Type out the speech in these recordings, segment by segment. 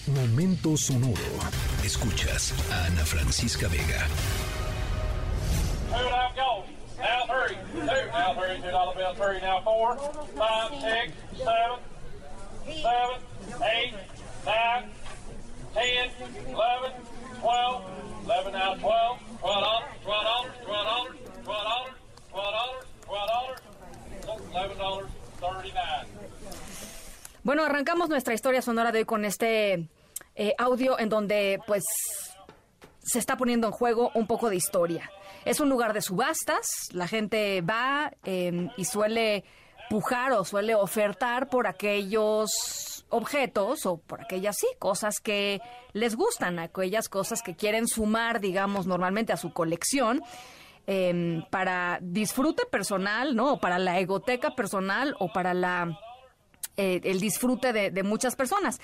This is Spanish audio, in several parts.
Momento sonoro. Escuchas a Ana Francisca Vega. Now three, $2 bill, three, now 4, 5, 6, 7, 8, 9, 10, 11, 12, 11 now 12, $12, $11.39. Bueno, arrancamos nuestra historia sonora de hoy con este audio en donde pues se está poniendo en juego un poco de historia. Es un lugar de subastas, la gente va y suele pujar o suele ofertar por aquellos objetos o por aquellas cosas que les gustan, aquellas cosas que quieren sumar, digamos, normalmente a su colección para disfrute personal, ¿no? O para la egoteca personal o para el disfrute de muchas personas.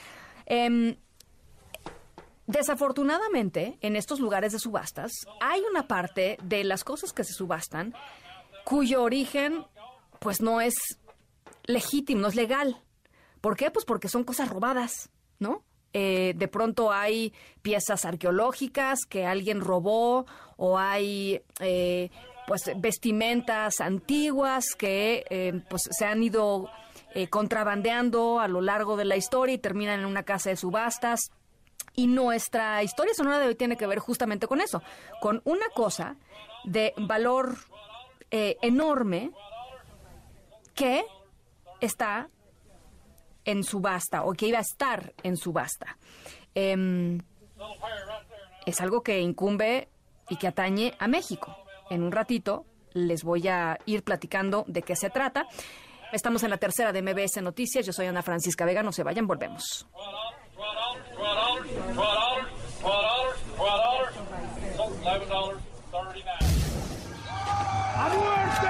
Desafortunadamente, en estos lugares de subastas, hay una parte de las cosas que se subastan cuyo origen, pues, no es legítimo, no es legal. ¿Por qué? Pues porque son cosas robadas, ¿no? De pronto hay piezas arqueológicas que alguien robó o hay, pues, vestimentas antiguas que, pues, se han ido contrabandeando a lo largo de la historia y terminan en una casa de subastas. Y nuestra historia sonora de hoy tiene que ver justamente con eso, con una cosa de valor enorme que está en subasta o que iba a estar en subasta. Es algo que incumbe y que atañe a México. En un ratito les voy a ir platicando de qué se trata. Estamos en la tercera de MBS Noticias. Yo soy Ana Francisca Vega. No se vayan, volvemos. ¡A muerte!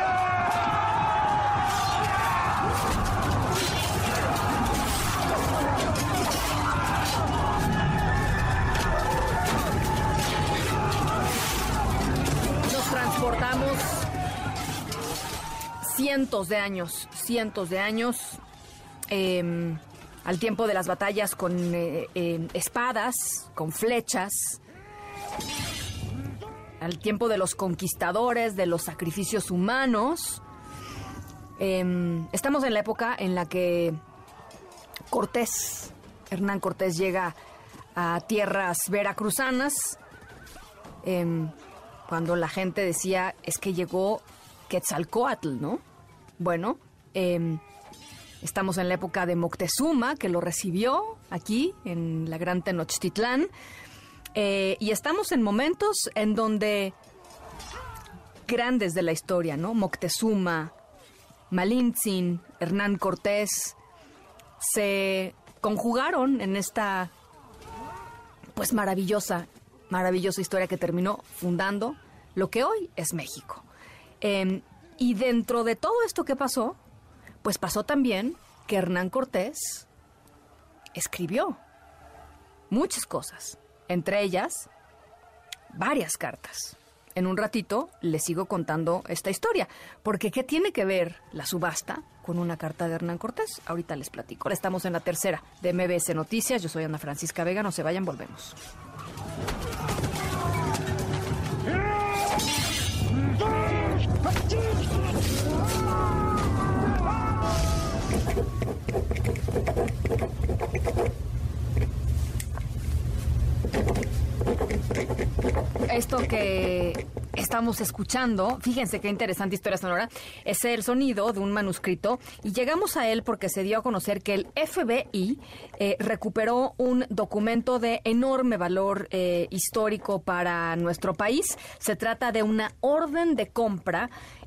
Nos transportamos cientos de años al tiempo de las batallas con espadas, con flechas, al tiempo de los conquistadores, de los sacrificios humanos. Estamos en la época en la que Hernán Cortés llega a tierras veracruzanas, cuando la gente decía, es que llegó Quetzalcóatl, ¿no? Bueno, estamos en la época de Moctezuma, que lo recibió aquí, en la Gran Tenochtitlán. Y estamos en momentos en donde grandes de la historia, ¿no? Moctezuma, Malintzin, Hernán Cortés, se conjugaron en esta, pues, maravillosa historia que terminó fundando lo que hoy es México. Y dentro de todo esto que pasó, pues pasó también que Hernán Cortés escribió muchas cosas, entre ellas varias cartas. En un ratito les sigo contando esta historia, porque ¿qué tiene que ver la subasta con una carta de Hernán Cortés? Ahorita les platico. Ahora estamos en la tercera de MBS Noticias. Yo soy Ana Francisca Vega. No se vayan, volvemos. Esto que estamos escuchando, fíjense qué interesante historia sonora, es el sonido de un manuscrito y llegamos a él porque se dio a conocer que el FBI recuperó un documento de enorme valor histórico para nuestro país. Se trata de una orden de compra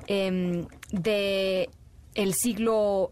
de el siglo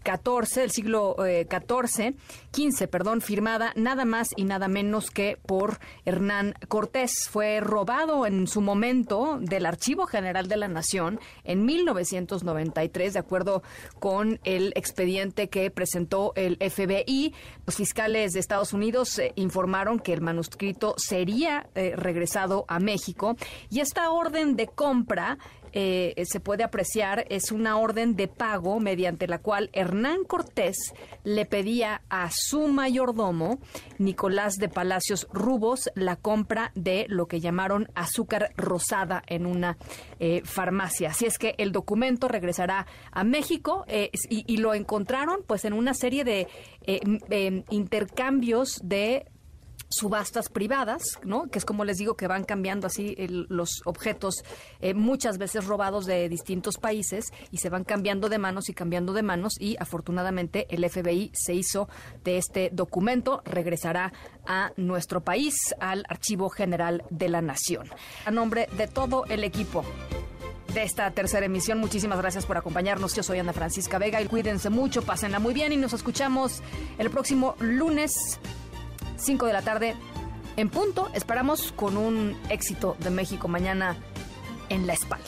XV, firmada nada más y nada menos que por Hernán Cortés. Fue robado en su momento del Archivo General de la Nación en 1993, de acuerdo con el expediente que presentó el FBI. Los fiscales de Estados Unidos informaron que el manuscrito sería regresado a México, y esta orden de compra se puede apreciar, es una orden de pago mediante la cual Hernán Cortés le pedía a su mayordomo, Nicolás de Palacios Rubos, la compra de lo que llamaron azúcar rosada en una farmacia. Así es que el documento regresará a México y lo encontraron pues en una serie de intercambios de subastas privadas, ¿no? Que es como les digo, que van cambiando así los objetos, muchas veces robados de distintos países, y se van cambiando de manos y afortunadamente el FBI se hizo de este documento, regresará a nuestro país, al Archivo General de la Nación. A nombre de todo el equipo de esta tercera emisión, muchísimas gracias por acompañarnos. Yo soy Ana Francisca Vega y cuídense mucho, pásenla muy bien y nos escuchamos el próximo lunes 5 de la tarde en punto. Esperamos con un éxito de México mañana en la espalda.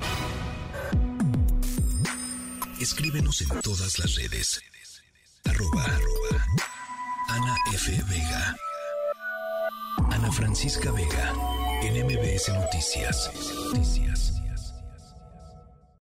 Escríbenos en todas las redes. @Ana F. Vega. Ana Francisca Vega en MBS Noticias.